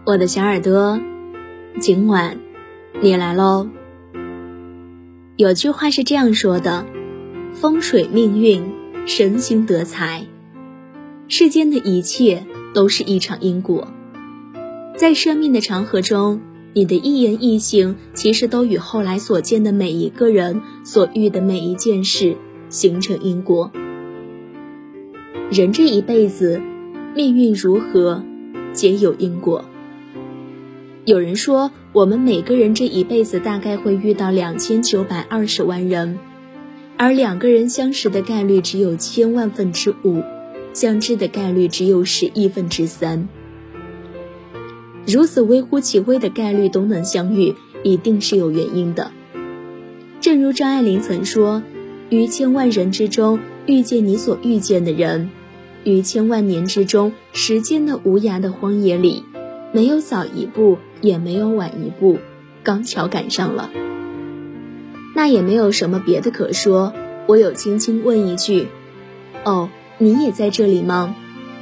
我的小耳朵，今晚你来咯。有句话是这样说的，风水命运，身心得财。世间的一切都是一场因果，在生命的长河中，你的一言一行其实都与后来所见的每一个人所遇的每一件事形成因果。人这一辈子，命运如何，皆有因果。有人说，我们每个人这一辈子大概会遇到2920万人，而两个人相识的概率只有1000万分之5，相知的概率只有10亿分之3。如此微乎其微的概率都能相遇，一定是有原因的。正如张爱玲曾说，于千万人之中遇见你所遇见的人，于千万年之中时间的无涯的荒野里，没有早一步，也没有晚一步，刚巧赶上了。那也没有什么别的可说，我有轻轻问一句，哦，你也在这里吗？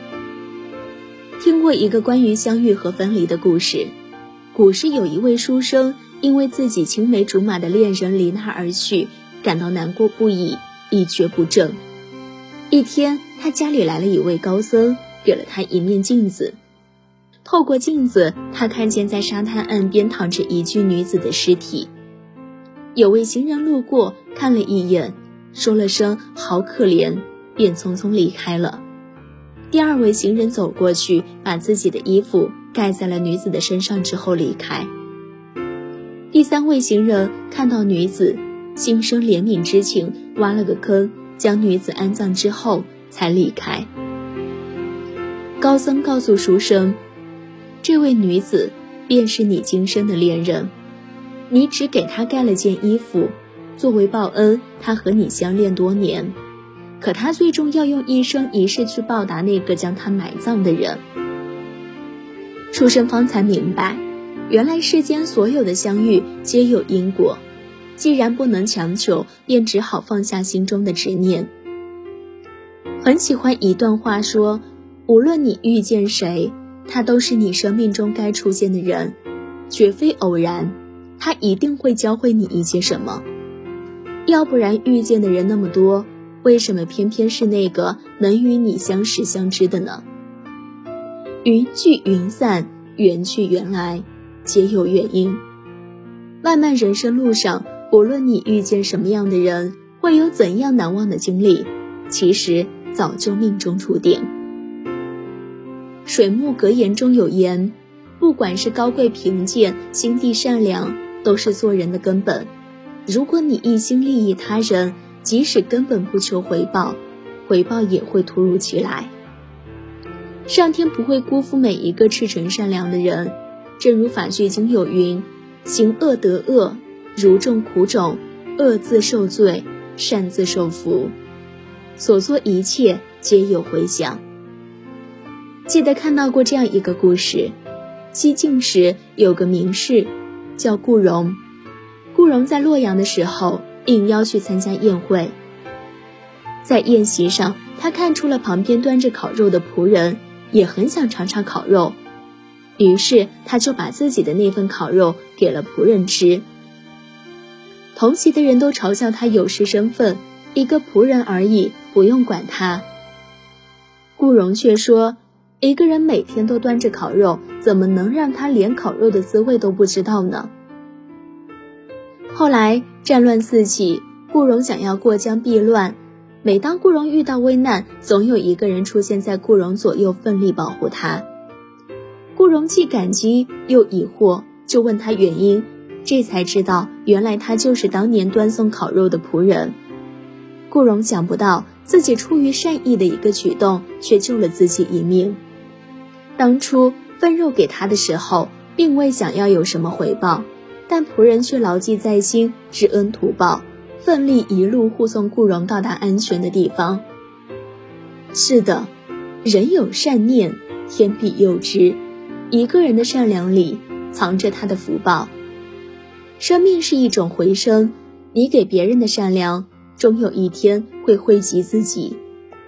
听过一个关于相遇和分离的故事。古时有一位书生，因为自己青梅竹马的恋人离他而去，感到难过不已，一蹶不振。一天，他家里来了一位高僧，给了他一面镜子。透过镜子，他看见在沙滩岸边躺着一具女子的尸体。有位行人路过，看了一眼，说了声好可怜，便匆匆离开了。第二位行人走过去，把自己的衣服盖在了女子的身上之后离开。第三位行人看到女子，心生怜悯之情，挖了个坑，将女子安葬之后才离开。高僧告诉书生，这位女子便是你今生的恋人，你只给她盖了件衣服，作为报恩，她和你相恋多年，可她最终要用一生一世去报答那个将她埋葬的人。书生方才明白，原来世间所有的相遇皆有因果，既然不能强求，便只好放下心中的执念。很喜欢一段话说，无论你遇见谁，他都是你生命中该出现的人，绝非偶然，他一定会教会你一些什么。要不然遇见的人那么多，为什么偏偏是那个能与你相识相知的呢？云聚云散，缘去缘来，皆有原因。漫漫人生路上，无论你遇见什么样的人，会有怎样难忘的经历，其实早就命中注定。水木格言中有言，不管是高贵贫贱，心地善良，都是做人的根本。如果你一心利益他人，即使根本不求回报，回报也会突如其来。上天不会辜负每一个赤诚善良的人，正如法句经有云，行恶得恶，如种苦种，恶自受罪，善自受福。所做一切皆有回响。记得看到过这样一个故事，西晋时有个名士叫顾荣，顾荣在洛阳的时候应邀去参加宴会。在宴席上，他看出了旁边端着烤肉的仆人也很想尝尝烤肉，于是他就把自己的那份烤肉给了仆人吃。同席的人都嘲笑他有失身份，一个仆人而已，不用管他。顾荣却说，一个人每天都端着烤肉，怎么能让他连烤肉的滋味都不知道呢？后来战乱四起，顾荣想要过江避乱，每当顾荣遇到危难，总有一个人出现在顾荣左右，奋力保护他。顾荣既感激又疑惑，就问他原因，这才知道原来他就是当年端送烤肉的仆人。顾荣想不到自己出于善意的一个举动，却救了自己一命。当初分肉给他的时候，并未想要有什么回报，但仆人却牢记在心，知恩图报，奋力一路护送顾荣到达安全的地方。是的，人有善念，天必佑之，一个人的善良里藏着他的福报。生命是一种回声，你给别人的善良，终有一天会惠及自己。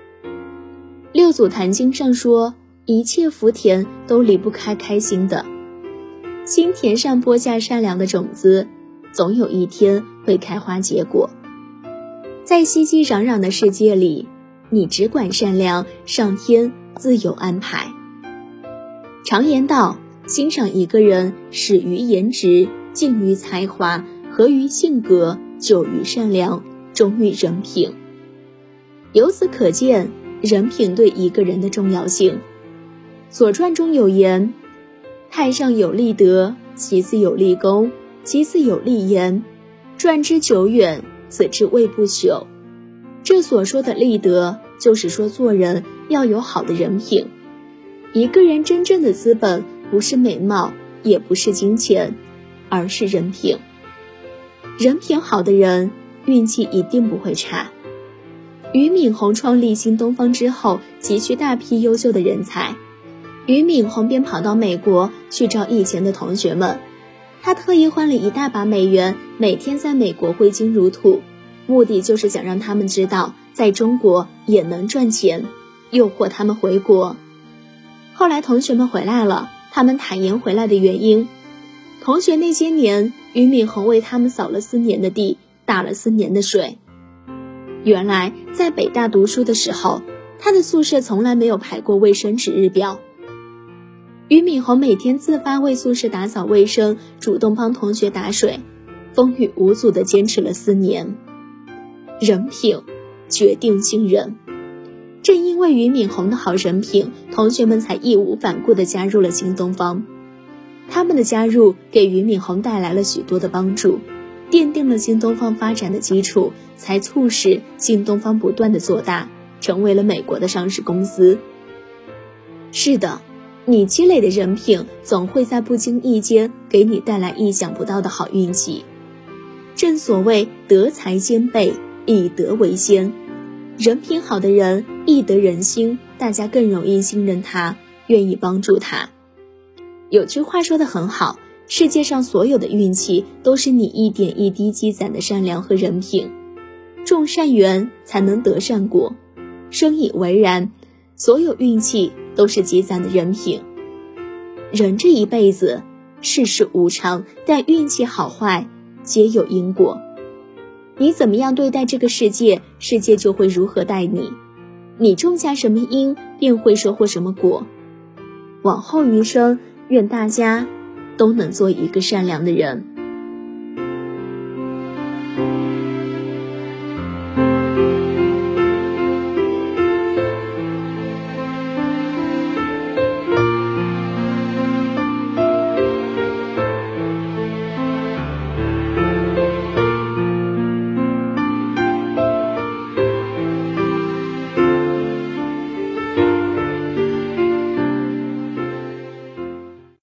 六祖坛经上说，一切福田都离不开开心的， 心田上播下善良的种子，总有一天会开花结果。在熙熙攘攘的世界里，你只管善良，上天自有安排。常言道，欣赏一个人，始于颜值，敬于才华，合于性格，久于善良，忠于人品。由此可见，人品对一个人的重要性。左传中有言，太上有立德，其次有立功，其次有立言，传之久远，此之谓不朽。这所说的立德，就是说做人要有好的人品。一个人真正的资本，不是美貌，也不是金钱，而是人品。人品好的人，运气一定不会差。俞敏洪创立新东方之后，急需大批优秀的人才，俞敏洪便跑到美国去找以前的同学们。他特意换了一大把美元，每天在美国挥金如土，目的就是想让他们知道，在中国也能赚钱，诱惑他们回国。后来同学们回来了，他们坦言回来的原因。同学那些年，俞敏洪为他们扫了4年的地，打了4年的水。原来在北大读书的时候，他的宿舍从来没有排过卫生值日表。俞敏洪每天自发为宿舍打扫卫生，主动帮同学打水，风雨无阻地坚持了4年。人品决定信任。正因为俞敏洪的好人品，同学们才义无反顾地加入了新东方。他们的加入给俞敏洪带来了许多的帮助，奠定了新东方发展的基础，才促使新东方不断地做大，成为了美国的上市公司。是的，你积累的人品总会在不经意间给你带来意想不到的好运气。正所谓德才兼备，以德为先。人品好的人易得人心，大家更容易信任他，愿意帮助他。有句话说得很好，世界上所有的运气都是你一点一滴积攒的善良和人品。种善缘才能得善果，深以为然。所有运气都是积攒的人品。人这一辈子，世事无常，但运气好坏皆有因果。你怎么样对待这个世界，世界就会如何待你。你种下什么因，便会收获什么果。往后余生，愿大家都能做一个善良的人。